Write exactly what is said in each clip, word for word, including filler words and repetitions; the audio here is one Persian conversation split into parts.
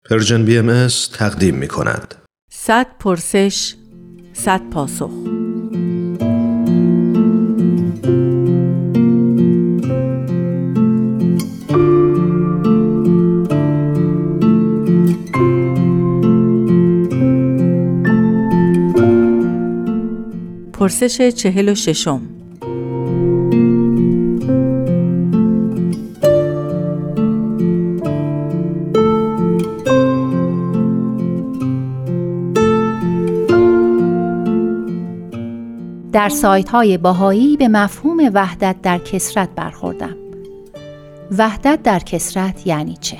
پرژن بی ام اس تقدیم می کند. صد پرسش، صد پاسخ. پرسش چهل و ششم. در سایت‌های بهایی به مفهوم وحدت در کثرت برخوردم. وحدت در کثرت یعنی چه؟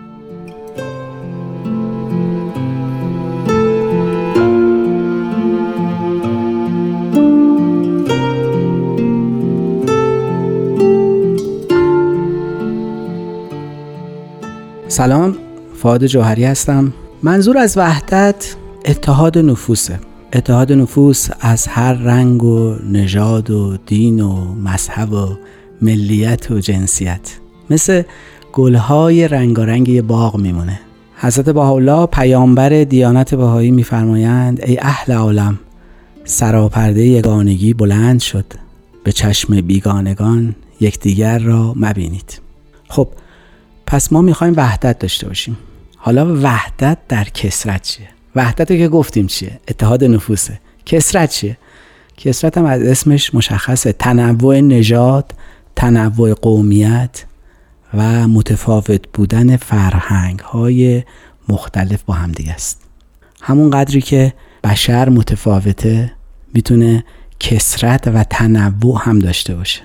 سلام، فؤاد جوهری هستم. منظور از وحدت اتحاد نفوسه. اتحاد نفوس از هر رنگ و نژاد و دین و مذهب و ملیت و جنسیت، مثل گلهای رنگارنگ یه باغ میمونه. حضرت بهاءالله پیامبر دیانت بهایی میفرمایند ای اهل عالم، سراپرده یگانگی بلند شد، به چشم بیگانگان یکدیگر را مبینید. خب پس ما میخوایم وحدت داشته باشیم. حالا وحدت در کثرت چیه؟ وحدت که گفتیم چیه؟ اتحاد نفوسه. کثرت چیه؟ کثرت هم از اسمش مشخصه، تنوع نژاد، تنوع قومیت و متفاوت بودن فرهنگ های مختلف با هم دیگه است. همون قدری که بشر متفاوته میتونه کثرت و تنوع هم داشته باشه.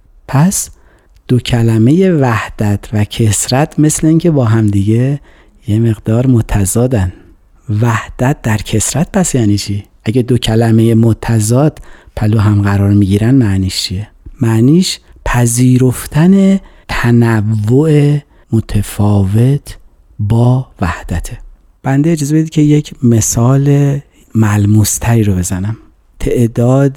پس دو کلمه وحدت و کثرت مثل اینکه با هم دیگه یه مقدار متضادن. وحدت در کثرت پس یعنی چی؟ اگه دو کلمه متضاد پلو هم قرار میگیرن معنیش چیه؟ معنیش پذیرفتن تنوع متفاوت با وحدته. بنده اجازه بدید که یک مثال ملموس‌تری رو بزنم. تعداد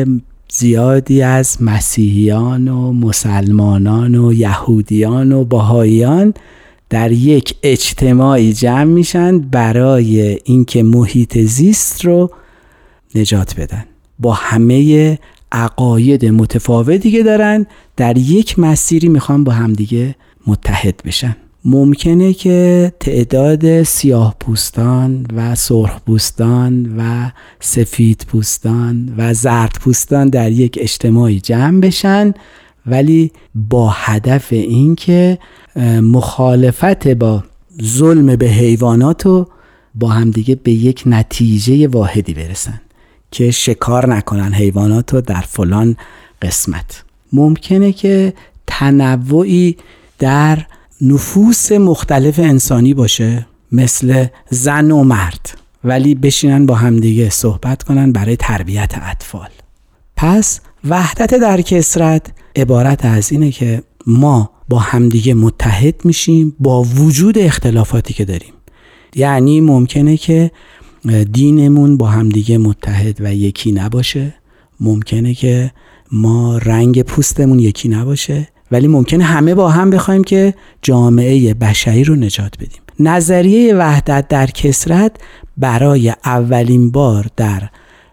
زیادی از مسیحیان و مسلمانان و یهودیان و بهائیان در یک اجتماعی جمع میشن برای اینکه محیط زیست رو نجات بدن. با همه عقاید متفاوتی که دارن در یک مسیری میخوان با همدیگه متحد بشن. ممکنه که تعداد سیاه پوستان و سرخ پوستان و سفید پوستان و زرد پوستان در یک اجتماعی جمع بشن، ولی با هدف این که مخالفت با ظلم به حیوانات رو با همدیگه به یک نتیجه واحدی برسن که شکار نکنن حیوانات رو در فلان قسمت. ممکنه که تنوعی در نفوس مختلف انسانی باشه، مثل زن و مرد، ولی بشینن با همدیگه صحبت کنن برای تربیت اطفال. پس وحدت در کثرت عبارت از اینه که ما با همدیگه متحد میشیم با وجود اختلافاتی که داریم. یعنی ممکنه که دینمون با همدیگه متحد و یکی نباشه، ممکنه که ما رنگ پوستمون یکی نباشه، ولی ممکنه همه با هم بخوایم که جامعه بشری رو نجات بدیم. نظریه وحدت در کثرت برای اولین بار در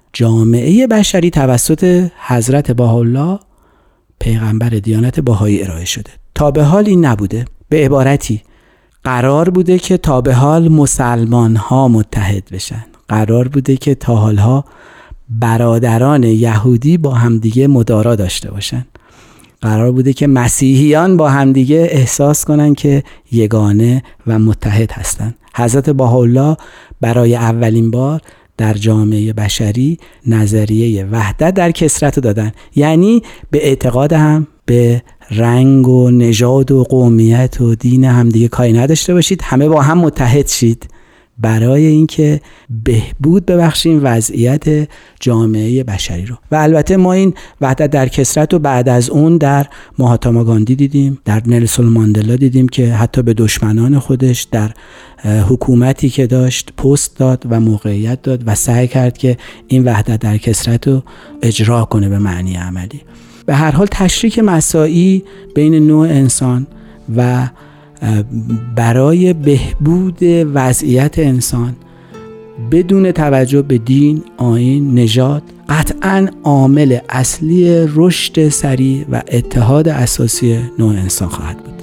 جامعه بشری توسط حضرت بهاءالله پیغمبر دیانت بهایی ارائه شده. تا به حال این نبوده. به عبارتی قرار بوده که تا به حال مسلمان ها متحد بشن. قرار بوده که تا حالها برادران یهودی با همدیگه مدارا داشته باشن. قرار بوده که مسیحیان با همدیگه احساس کنن که یگانه و متحد هستن. حضرت بهاءالله برای اولین بار در جامعه بشری نظریه وحدت در کثرت دادن. یعنی به اعتقاد هم به رنگ و نژاد و قومیت و دین هم دیگه کاری نداشته باشید، همه با هم متحد شید برای اینکه بهبود ببخشیم وضعیت جامعه بشری رو. و البته ما این وحدت در کثرت رو بعد از اون در مهاتما گاندی دیدیم، در نلسون ماندلا دیدیم که حتی به دشمنان خودش در حکومتی که داشت پست داد و موقعیت داد و سعی کرد که این وحدت در کثرت رو اجرا کنه به معنی عملی. به هر حال تشریک مساعی بین نوع انسان و برای بهبود وضعیت انسان بدون توجه به دین، آیین، نژاد، قطعاً عامل اصلی رشد سریع و اتحاد اساسی نوع انسان خواهد بود.